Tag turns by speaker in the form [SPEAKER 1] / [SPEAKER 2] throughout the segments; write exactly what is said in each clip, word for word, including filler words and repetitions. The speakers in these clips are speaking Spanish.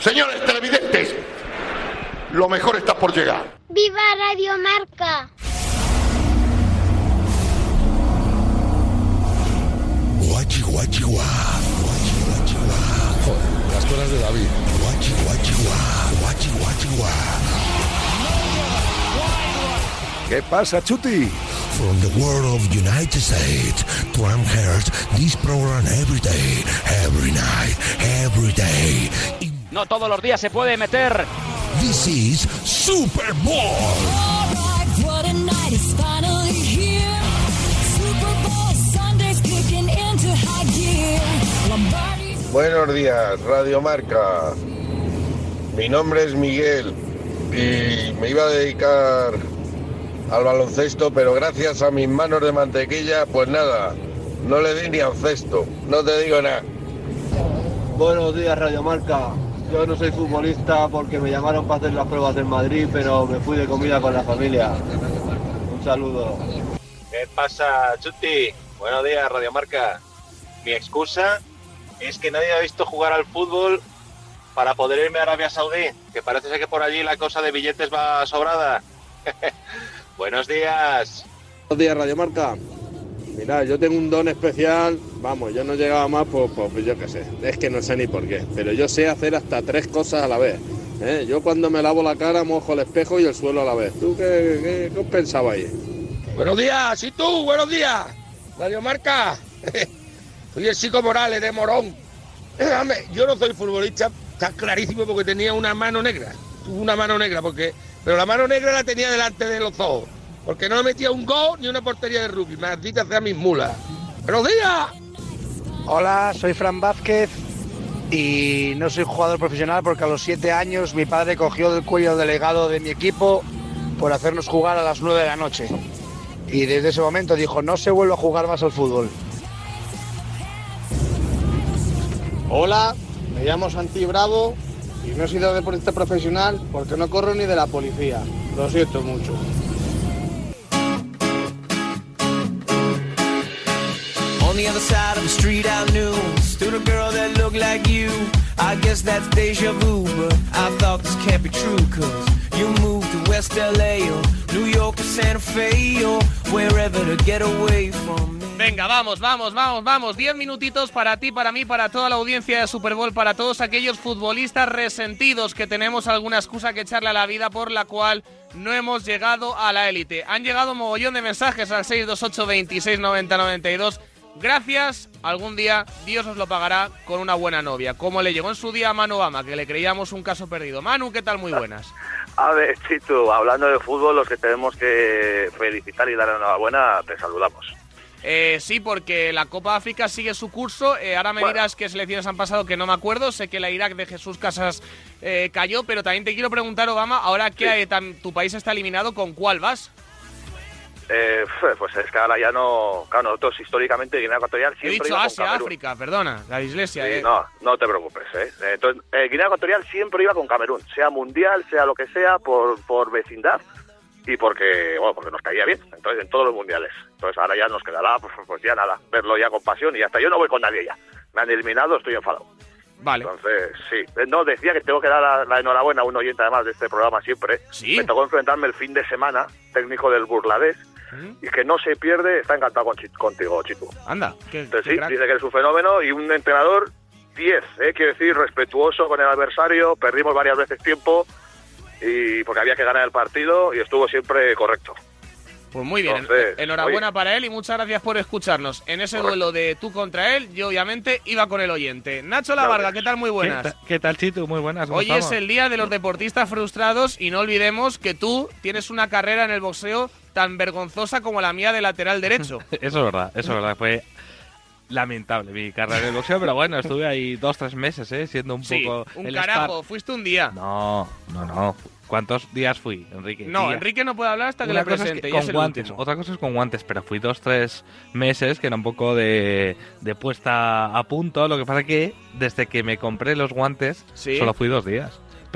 [SPEAKER 1] Señores televidentes, lo mejor está por llegar.
[SPEAKER 2] ¡Viva Radio Marca!
[SPEAKER 3] Guachi, guachi, guá. Guachi, guachi, guá.
[SPEAKER 4] Joder, las cosas de David.
[SPEAKER 3] Guachi, guachi, guá. Guachi, guachi, guá.
[SPEAKER 4] ¿Qué pasa, Chuti?
[SPEAKER 3] From the world of United States, Trump hears this program every day, every night, every day.
[SPEAKER 5] No todos los días se puede meter.
[SPEAKER 3] This is Super Bowl.
[SPEAKER 6] Buenos días, Radio Marca. Mi nombre es Miguel y me iba a dedicar al baloncesto, pero gracias a mis manos de mantequilla, pues nada, no le di ni al cesto, no te digo nada.
[SPEAKER 7] Buenos días, Radio Marca. Yo no soy futbolista porque me llamaron para hacer las pruebas en Madrid, pero me fui de comida con la familia. Un saludo.
[SPEAKER 8] ¿Qué pasa, Chuti? Buenos días, Radio Marca. Mi excusa es que nadie ha visto jugar al fútbol para poder irme a Arabia Saudí, que parece ser que por allí la cosa de billetes va sobrada. Buenos días.
[SPEAKER 7] Buenos días, Radio Marca. Mirad, yo tengo un don especial, vamos, yo no llegaba más, pues, pues yo qué sé, es que no sé ni por qué, pero yo sé hacer hasta tres cosas a la vez, ¿eh? Yo cuando me lavo la cara mojo el espejo y el suelo a la vez. ¿Tú qué, qué, qué os pensabas ahí?
[SPEAKER 9] Buenos días, ¿y tú? Buenos días, Radio Marca. Soy el Chico Morales de Morón. Yo no soy futbolista, está clarísimo, porque tenía una mano negra, tuve una mano negra, porque pero la mano negra la tenía delante de los ojos. Porque no me metía un gol ni una portería de rugby. Maldita sea mis mulas. ¡Buenos días!
[SPEAKER 10] Hola, soy Fran Vázquez y no soy jugador profesional porque a los siete años mi padre cogió del cuello delegado de mi equipo por hacernos jugar a las nueve de la noche. Y desde ese momento dijo, no se vuelve a jugar más al fútbol.
[SPEAKER 7] Hola, me llamo Santi Bravo y no he sido deportista profesional porque no corro ni de la policía. Lo siento mucho.
[SPEAKER 11] On the other side of the street I knew stood a girl that looked like you. I guess that's deja vu, but I thought this can't be true, cause you moved to West L A or New York or Santa Fe or wherever to get away from me.
[SPEAKER 12] Venga, vamos, vamos, vamos, vamos. Diez minutitos para ti, para mí, para toda la audiencia de Super Bowl, para todos aquellos futbolistas resentidos que tenemos alguna excusa que echarle a la vida por la cual no hemos llegado a la élite. Han llegado mogollón de mensajes al seis dos ocho, veintiséis, noventa, noventa y dos. Gracias, algún día Dios os lo pagará con una buena novia, como le llegó en su día a Manu Bama, que le creíamos un caso perdido. Manu, ¿qué tal? Muy buenas.
[SPEAKER 13] A ver, Chitu, hablando de fútbol, los que tenemos que felicitar y dar enhorabuena, te saludamos.
[SPEAKER 12] Eh, sí, porque la Copa África sigue su curso. Eh, ahora me bueno. dirás qué selecciones han pasado, que no me acuerdo. Sé que la Irak de Jesús Casas eh, cayó, pero también te quiero preguntar, Obama, ahora que sí. eh, tu país está eliminado, ¿con cuál vas?
[SPEAKER 13] Eh, pues es que ahora ya no... Claro, nosotros históricamente Guinea Ecuatorial siempre...
[SPEAKER 12] He dicho
[SPEAKER 13] iba
[SPEAKER 12] Asia,
[SPEAKER 13] con Camerún.
[SPEAKER 12] África, perdona, la dislexia.
[SPEAKER 13] Sí,
[SPEAKER 12] eh.
[SPEAKER 13] no, no te preocupes, ¿eh? Entonces, eh, Guinea Ecuatorial siempre iba con Camerún, sea mundial, sea lo que sea, por, por vecindad y porque, bueno, porque nos caía bien, entonces en todos los mundiales. Entonces ahora ya nos quedará, pues, pues ya nada, verlo ya con pasión y hasta yo no voy con nadie ya. Me han eliminado, estoy enfadado.
[SPEAKER 12] Vale.
[SPEAKER 13] Entonces, sí. No, decía que tengo que dar la, la enhorabuena a un oyente además de este programa siempre.
[SPEAKER 12] Sí.
[SPEAKER 13] Me tocó enfrentarme el fin de semana, técnico del Burladés, ¿Mm? y que no se pierde, está encantado con, contigo, Chitu.
[SPEAKER 12] Anda. Qué,
[SPEAKER 13] Entonces
[SPEAKER 12] qué
[SPEAKER 13] sí,
[SPEAKER 12] crack.
[SPEAKER 13] dice que eres un fenómeno y un entrenador diez, ¿eh? Quiero decir, respetuoso con el adversario, perdimos varias veces tiempo y porque había que ganar el partido y estuvo siempre correcto.
[SPEAKER 12] Pues muy bien, Entonces, enhorabuena oye. para él y muchas gracias por escucharnos. En ese Correcto. duelo de tú contra él, yo obviamente iba con el oyente. Nacho Lavarga, ¿qué tal? Muy buenas.
[SPEAKER 14] ¿Qué, ta- qué tal, Chitu? Muy buenas.
[SPEAKER 12] Hoy
[SPEAKER 14] estamos?
[SPEAKER 12] es el día de los deportistas frustrados y no olvidemos que tú tienes una carrera en el boxeo tan vergonzosa como la mía de lateral derecho.
[SPEAKER 14] Eso es verdad, eso es verdad. Fue lamentable mi carrera en el boxeo, pero bueno, estuve ahí dos, tres meses, ¿eh? Siendo un
[SPEAKER 12] sí,
[SPEAKER 14] poco...
[SPEAKER 12] un
[SPEAKER 14] el
[SPEAKER 12] carajo,
[SPEAKER 14] star.
[SPEAKER 12] Fuiste un día.
[SPEAKER 14] No, no, no. ¿Cuántos días fui, Enrique?
[SPEAKER 12] No,
[SPEAKER 14] Día.
[SPEAKER 12] Enrique no puede hablar hasta que
[SPEAKER 14] Una
[SPEAKER 12] le
[SPEAKER 14] cosa
[SPEAKER 12] presente.
[SPEAKER 14] es
[SPEAKER 12] y
[SPEAKER 14] que
[SPEAKER 12] es
[SPEAKER 14] con
[SPEAKER 12] el
[SPEAKER 14] guantes,
[SPEAKER 12] último.
[SPEAKER 14] otra cosa es con guantes, pero fui dos, tres meses que era un poco de, de puesta a punto. Lo que pasa que desde que me compré los guantes,
[SPEAKER 12] ¿Sí?
[SPEAKER 14] solo fui dos días.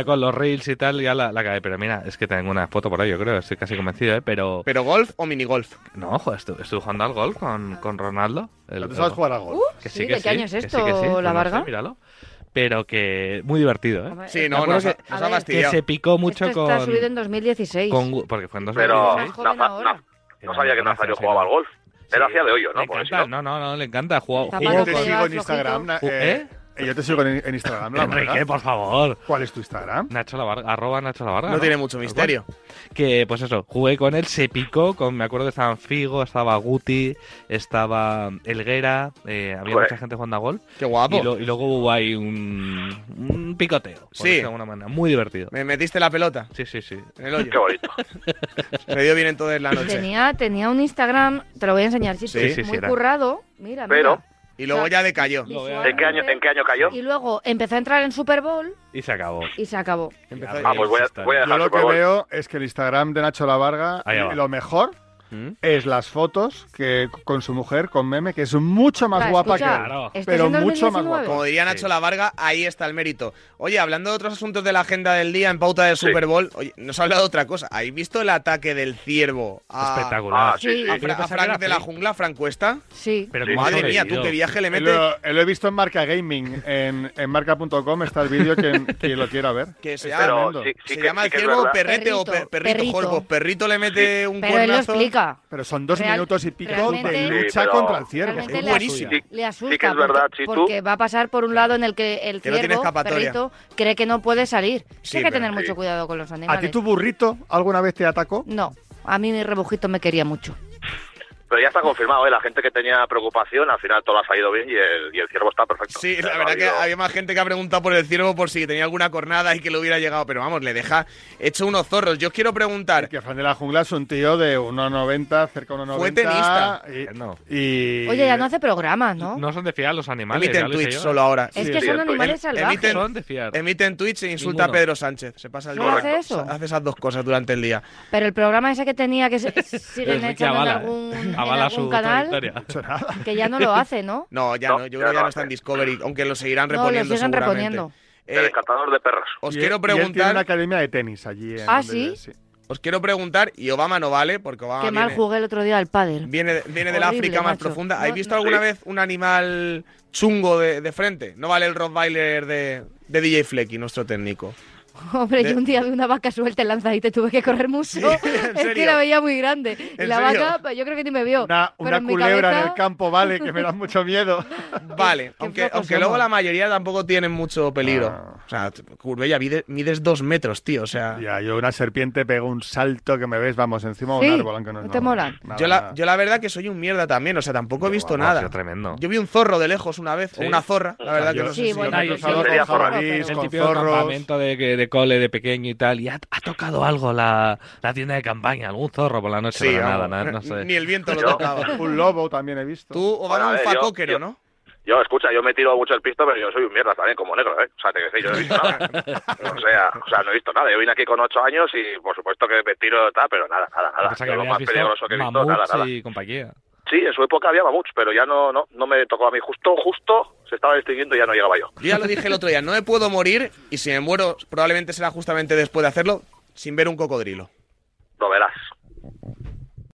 [SPEAKER 14] ya con los reels y tal, ya la, la cae. Pero mira, es que tengo una foto por ahí, yo creo, estoy casi convencido, ¿eh? Pero...
[SPEAKER 12] ¿Pero golf o minigolf?
[SPEAKER 14] No, joder, estuve, estuve jugando al golf con, con Ronaldo. El,
[SPEAKER 15] ¿Tú sabes jugar al golf?
[SPEAKER 14] Que
[SPEAKER 16] sí,
[SPEAKER 14] sí, que
[SPEAKER 16] ¿de qué
[SPEAKER 14] sí,
[SPEAKER 16] año es
[SPEAKER 14] que
[SPEAKER 16] esto,
[SPEAKER 14] sí, que sí,
[SPEAKER 16] la
[SPEAKER 14] no, no
[SPEAKER 16] Varga?
[SPEAKER 14] sé, míralo. pero que muy divertido, ¿eh?
[SPEAKER 12] Sí,
[SPEAKER 14] Me
[SPEAKER 12] no,
[SPEAKER 14] acuerdo
[SPEAKER 12] nos ha-
[SPEAKER 14] que,
[SPEAKER 12] nos ha
[SPEAKER 14] que
[SPEAKER 12] fastidiado.
[SPEAKER 14] se picó mucho
[SPEAKER 16] Esto
[SPEAKER 14] con...
[SPEAKER 16] está subido en dos mil dieciséis.
[SPEAKER 14] con Gu- porque fue en dos mil
[SPEAKER 13] Pero
[SPEAKER 14] dieciséis.
[SPEAKER 16] joven
[SPEAKER 13] Naza-
[SPEAKER 16] ahora.
[SPEAKER 13] Na- no sabía que Nazario jugaba al golf. Él hacía de hoyo, ¿no?
[SPEAKER 14] Le
[SPEAKER 13] Porque si
[SPEAKER 14] encanta,
[SPEAKER 13] no-
[SPEAKER 14] no, no, no, le encanta. Jugó,
[SPEAKER 16] Está
[SPEAKER 14] jugó
[SPEAKER 16] mal
[SPEAKER 15] Yo
[SPEAKER 16] que
[SPEAKER 15] te
[SPEAKER 14] con-
[SPEAKER 16] lleva
[SPEAKER 15] sigo en
[SPEAKER 16] flojito.
[SPEAKER 15] Instagram. na-
[SPEAKER 14] ¿Eh?
[SPEAKER 15] eh, eh, yo te sigo en, en Instagram, la
[SPEAKER 14] Enrique,
[SPEAKER 15] verdad.
[SPEAKER 14] por favor.
[SPEAKER 15] ¿Cuál es tu Instagram?
[SPEAKER 14] Nacho La Varga, arroba Nacho La Varga.
[SPEAKER 12] No tiene mucho misterio.
[SPEAKER 14] Que, pues eso, jugué con él, se picó, con, me acuerdo que estaban Figo, estaba Guti, estaba Elguera, eh, había
[SPEAKER 13] Joder.
[SPEAKER 14] mucha gente jugando a gol.
[SPEAKER 12] Qué guapo.
[SPEAKER 14] Y, lo- y luego hubo ahí un, un picoteo, por
[SPEAKER 12] Sí.
[SPEAKER 14] decirlo de alguna manera. Muy divertido.
[SPEAKER 12] Me metiste la pelota
[SPEAKER 14] Sí, sí, sí.
[SPEAKER 12] en el hoyo.
[SPEAKER 13] Qué bonito.
[SPEAKER 12] Me dio bien entonces la noche.
[SPEAKER 16] Tenía, tenía un Instagram, te lo voy a enseñar, sí,
[SPEAKER 14] Sí, sí,
[SPEAKER 16] muy
[SPEAKER 14] sí, era.
[SPEAKER 16] currado. Mira,
[SPEAKER 13] Pero-
[SPEAKER 16] mira.
[SPEAKER 12] Y luego ya decayó.
[SPEAKER 13] ¿En qué año, en qué año cayó?
[SPEAKER 16] Y luego empezó a entrar en Super Bowl
[SPEAKER 14] Y se acabó.
[SPEAKER 16] y se acabó.
[SPEAKER 12] Empezó-
[SPEAKER 13] Ah, pues voy a, voy a
[SPEAKER 15] Yo
[SPEAKER 13] dejar
[SPEAKER 15] lo
[SPEAKER 13] Super
[SPEAKER 15] que
[SPEAKER 13] Bowl.
[SPEAKER 15] veo es que el Instagram de Nacho La Varga,
[SPEAKER 14] Ahí va.
[SPEAKER 15] lo mejor
[SPEAKER 14] ¿Mm?
[SPEAKER 15] es las fotos que con su mujer, con Meme, que es mucho más
[SPEAKER 16] Claro,
[SPEAKER 15] guapa
[SPEAKER 16] escucha,
[SPEAKER 15] que él.
[SPEAKER 14] Claro.
[SPEAKER 16] ¿esto es
[SPEAKER 15] Pero
[SPEAKER 16] en
[SPEAKER 15] mucho más
[SPEAKER 16] 2019?
[SPEAKER 15] guapa.
[SPEAKER 12] Como diría Nacho
[SPEAKER 14] Sí.
[SPEAKER 12] La Varga, ahí está el mérito. Oye, hablando de otros asuntos de la agenda del día en pauta del
[SPEAKER 13] Sí.
[SPEAKER 12] Super Bowl, oye, nos ha hablado de otra cosa. ¿Habéis visto el ataque del ciervo a,
[SPEAKER 14] Espectacular.
[SPEAKER 13] Ah, sí,
[SPEAKER 16] Sí.
[SPEAKER 13] sí.
[SPEAKER 12] a, Fra- a
[SPEAKER 14] Pensaba que
[SPEAKER 12] Frank
[SPEAKER 14] era
[SPEAKER 12] de la
[SPEAKER 14] fake.
[SPEAKER 12] jungla, Frank Cuesta?
[SPEAKER 16] Sí.
[SPEAKER 14] Pero
[SPEAKER 13] Sí,
[SPEAKER 14] ¿cómo ha
[SPEAKER 12] Madre mía,
[SPEAKER 14] sobrevivido?
[SPEAKER 12] tú qué viaje le
[SPEAKER 15] Él
[SPEAKER 12] metes.
[SPEAKER 15] Lo, él lo he visto en Marca Gaming, en, en marca punto com está el vídeo, quien, quien lo quiera ver.
[SPEAKER 12] Que se
[SPEAKER 15] Es
[SPEAKER 12] llama-
[SPEAKER 15] tremendo.
[SPEAKER 13] Pero sí, sí
[SPEAKER 12] ¿Se
[SPEAKER 13] que,
[SPEAKER 12] llama
[SPEAKER 13] sí
[SPEAKER 12] el
[SPEAKER 13] que es
[SPEAKER 12] ciervo
[SPEAKER 13] verdad.
[SPEAKER 12] perrete o per-
[SPEAKER 16] Perrito,
[SPEAKER 12] perrito?
[SPEAKER 16] perrito.
[SPEAKER 12] Joder, pues perrito le mete un
[SPEAKER 16] Pero él lo
[SPEAKER 12] cuernazo.
[SPEAKER 16] explica.
[SPEAKER 15] Pero son dos
[SPEAKER 16] Real-
[SPEAKER 15] minutos y pico
[SPEAKER 16] realmente-
[SPEAKER 15] de
[SPEAKER 13] Sí,
[SPEAKER 15] lucha
[SPEAKER 13] pero-
[SPEAKER 15] contra el ciervo.
[SPEAKER 16] Realmente
[SPEAKER 12] Es
[SPEAKER 16] le,
[SPEAKER 12] buenísimo.
[SPEAKER 16] asusta,
[SPEAKER 13] Sí,
[SPEAKER 16] le asusta
[SPEAKER 13] sí que es verdad,
[SPEAKER 16] porque,
[SPEAKER 13] Chitu.
[SPEAKER 16] porque va a pasar por un lado en el que el
[SPEAKER 12] Que no tiene
[SPEAKER 16] ciervo,
[SPEAKER 12] escapatoria.
[SPEAKER 16] perrito, cree que no puede salir.
[SPEAKER 12] Sí,
[SPEAKER 16] Hay que
[SPEAKER 12] pero-
[SPEAKER 16] tener
[SPEAKER 13] sí.
[SPEAKER 16] mucho cuidado con los
[SPEAKER 15] ¿A
[SPEAKER 16] animales.
[SPEAKER 15] ti tu burrito alguna vez te atacó?
[SPEAKER 16] No, a mí mi rebujito me quería mucho.
[SPEAKER 13] Pero ya está confirmado, ¿eh? La gente que tenía preocupación, al final todo ha salido bien y el, y el ciervo está perfecto.
[SPEAKER 12] Sí,
[SPEAKER 13] O sea,
[SPEAKER 12] la
[SPEAKER 13] no
[SPEAKER 12] verdad
[SPEAKER 13] ha
[SPEAKER 12] que
[SPEAKER 13] habido-
[SPEAKER 12] había más gente que ha preguntado por el ciervo por si tenía alguna cornada y que le hubiera llegado. Pero vamos, le deja hecho unos zorros. Yo os quiero preguntar.
[SPEAKER 15] Que Fran de la Jungla es un tío de uno noventa, cerca de uno
[SPEAKER 12] Fue
[SPEAKER 15] noventa.
[SPEAKER 12] tenista.
[SPEAKER 15] Y,
[SPEAKER 14] No.
[SPEAKER 15] y-
[SPEAKER 16] Oye, ya no hace programas, ¿no?
[SPEAKER 14] No son de fiar los animales.
[SPEAKER 12] Emiten
[SPEAKER 14] ya lo
[SPEAKER 12] Twitch
[SPEAKER 14] dije yo.
[SPEAKER 12] solo ahora.
[SPEAKER 16] Es
[SPEAKER 15] Sí,
[SPEAKER 16] que
[SPEAKER 15] sí,
[SPEAKER 16] son
[SPEAKER 13] en
[SPEAKER 16] animales
[SPEAKER 12] Twitch.
[SPEAKER 16] salvajes.
[SPEAKER 12] Emiten-
[SPEAKER 14] Son de fiar.
[SPEAKER 12] Emite en Twitch e insulta
[SPEAKER 14] Ninguno.
[SPEAKER 12] a Pedro Sánchez. Se pasa el
[SPEAKER 16] ¿Solo
[SPEAKER 12] día.
[SPEAKER 16] hace eso?
[SPEAKER 12] Hace esas dos cosas durante el día.
[SPEAKER 16] Pero el programa ese que tenía que se, siguen
[SPEAKER 14] Enrique
[SPEAKER 16] echando
[SPEAKER 14] avala,
[SPEAKER 16] en algún,
[SPEAKER 14] ¿eh?
[SPEAKER 16] en
[SPEAKER 14] Avala
[SPEAKER 16] algún
[SPEAKER 14] su
[SPEAKER 16] canal,
[SPEAKER 14] trayectoria.
[SPEAKER 16] que ya no lo hace, ¿no?
[SPEAKER 12] No, ya
[SPEAKER 13] No,
[SPEAKER 12] no. Yo
[SPEAKER 13] ya
[SPEAKER 12] creo que ya
[SPEAKER 13] no
[SPEAKER 12] no está en
[SPEAKER 13] hace.
[SPEAKER 12] Discovery, aunque lo seguirán
[SPEAKER 16] No, lo
[SPEAKER 12] reponiendo
[SPEAKER 16] siguen
[SPEAKER 12] seguramente.
[SPEAKER 16] reponiendo.
[SPEAKER 12] Eh,
[SPEAKER 13] El encantador de perros.
[SPEAKER 12] os
[SPEAKER 15] y
[SPEAKER 12] quiero
[SPEAKER 15] él- y él tiene
[SPEAKER 12] preguntar,
[SPEAKER 15] una academia de tenis allí. en
[SPEAKER 16] ¿Ah,
[SPEAKER 15] donde
[SPEAKER 16] sí?
[SPEAKER 15] vive,
[SPEAKER 12] os quiero preguntar, y Obama no vale, porque Obama
[SPEAKER 16] Qué mal
[SPEAKER 12] viene,
[SPEAKER 16] jugué el otro día al pádel.
[SPEAKER 12] viene, viene del
[SPEAKER 16] Horrible,
[SPEAKER 12] África más
[SPEAKER 16] macho.
[SPEAKER 12] profunda.
[SPEAKER 16] No,
[SPEAKER 12] ¿Habéis visto
[SPEAKER 16] no.
[SPEAKER 12] alguna
[SPEAKER 13] Sí.
[SPEAKER 12] vez un animal chungo de, de frente? No vale el Rottweiler de, de D J Flecky, nuestro técnico.
[SPEAKER 16] Hombre,
[SPEAKER 12] De-
[SPEAKER 16] yo un día vi una vaca suelta en lanza y te tuve que correr mucho.
[SPEAKER 12] Sí, ¿en
[SPEAKER 16] es que
[SPEAKER 12] serio?
[SPEAKER 16] la veía muy grande. Y
[SPEAKER 12] ¿En
[SPEAKER 16] la
[SPEAKER 12] serio?
[SPEAKER 16] vaca, pues, yo creo que ni me vio.
[SPEAKER 15] Una,
[SPEAKER 16] Pero
[SPEAKER 15] una
[SPEAKER 16] en mi
[SPEAKER 15] culebra en
[SPEAKER 16] cabeza-
[SPEAKER 15] el campo, vale, que me da mucho miedo.
[SPEAKER 12] Vale, aunque,
[SPEAKER 16] flojos
[SPEAKER 12] aunque luego
[SPEAKER 16] somos.
[SPEAKER 12] la mayoría tampoco tienen mucho peligro.
[SPEAKER 15] Ah.
[SPEAKER 12] O sea, Curbella, mides, mides dos metros, tío. O sea,
[SPEAKER 15] Ya, yo una serpiente pego un salto que me ves, vamos, encima de
[SPEAKER 16] Sí,
[SPEAKER 15] un árbol, aunque no,
[SPEAKER 16] ¿no te molan?
[SPEAKER 15] nada,
[SPEAKER 12] yo, la,
[SPEAKER 15] nada.
[SPEAKER 12] yo la verdad que soy un mierda también. O sea, tampoco he visto
[SPEAKER 14] Vamos,
[SPEAKER 12] nada.
[SPEAKER 14] ha sido tremendo.
[SPEAKER 12] Yo vi un zorro de lejos una vez, o
[SPEAKER 14] Sí.
[SPEAKER 12] una zorra, la verdad
[SPEAKER 15] Yo-
[SPEAKER 12] que no sé
[SPEAKER 16] Sí,
[SPEAKER 12] si...
[SPEAKER 16] bueno,
[SPEAKER 15] me he
[SPEAKER 16] yo-
[SPEAKER 15] cruzado
[SPEAKER 16] yo-
[SPEAKER 15] con
[SPEAKER 13] sería zorro,
[SPEAKER 15] jabalís,
[SPEAKER 14] Es el
[SPEAKER 15] con
[SPEAKER 14] típico
[SPEAKER 15] zorros.
[SPEAKER 14] campamento de, que- de cole de pequeño y tal, y ha, ha tocado algo la, la tienda de campaña, algún zorro por la noche,
[SPEAKER 12] Sí,
[SPEAKER 14] pero
[SPEAKER 12] vamos,
[SPEAKER 14] nada, nada, no sé.
[SPEAKER 12] Ni el viento lo
[SPEAKER 13] Yo-
[SPEAKER 12] tocaba.
[SPEAKER 15] Un lobo también he visto.
[SPEAKER 12] Tú,
[SPEAKER 13] Bueno,
[SPEAKER 12] Obama,
[SPEAKER 13] a
[SPEAKER 12] un
[SPEAKER 13] ver, yo-
[SPEAKER 12] facóquero,
[SPEAKER 13] yo-
[SPEAKER 12] ¿no?
[SPEAKER 13] Yo, escucha, yo me tiro mucho el pisto, pero yo soy un mierda también, como negro, ¿eh? O sea, te decir, yo no he visto nada. o, sea, o sea, no he visto nada. Yo vine aquí con ocho años y, por supuesto, que me tiro tal, pero nada, nada, nada.
[SPEAKER 14] Pensaba que
[SPEAKER 13] Yo lo
[SPEAKER 14] habías
[SPEAKER 13] más
[SPEAKER 14] visto
[SPEAKER 13] peligroso que he visto, nada,
[SPEAKER 14] mamuts
[SPEAKER 13] nada.
[SPEAKER 14] y compañía.
[SPEAKER 13] Sí, en su época había mamuts, pero ya no, no, no me tocó a mí. Justo, justo se estaba extinguiendo y ya no llegaba yo.
[SPEAKER 12] Yo ya lo dije el otro día, no me puedo morir y si me muero probablemente será justamente después de hacerlo sin ver un cocodrilo.
[SPEAKER 13] Lo verás.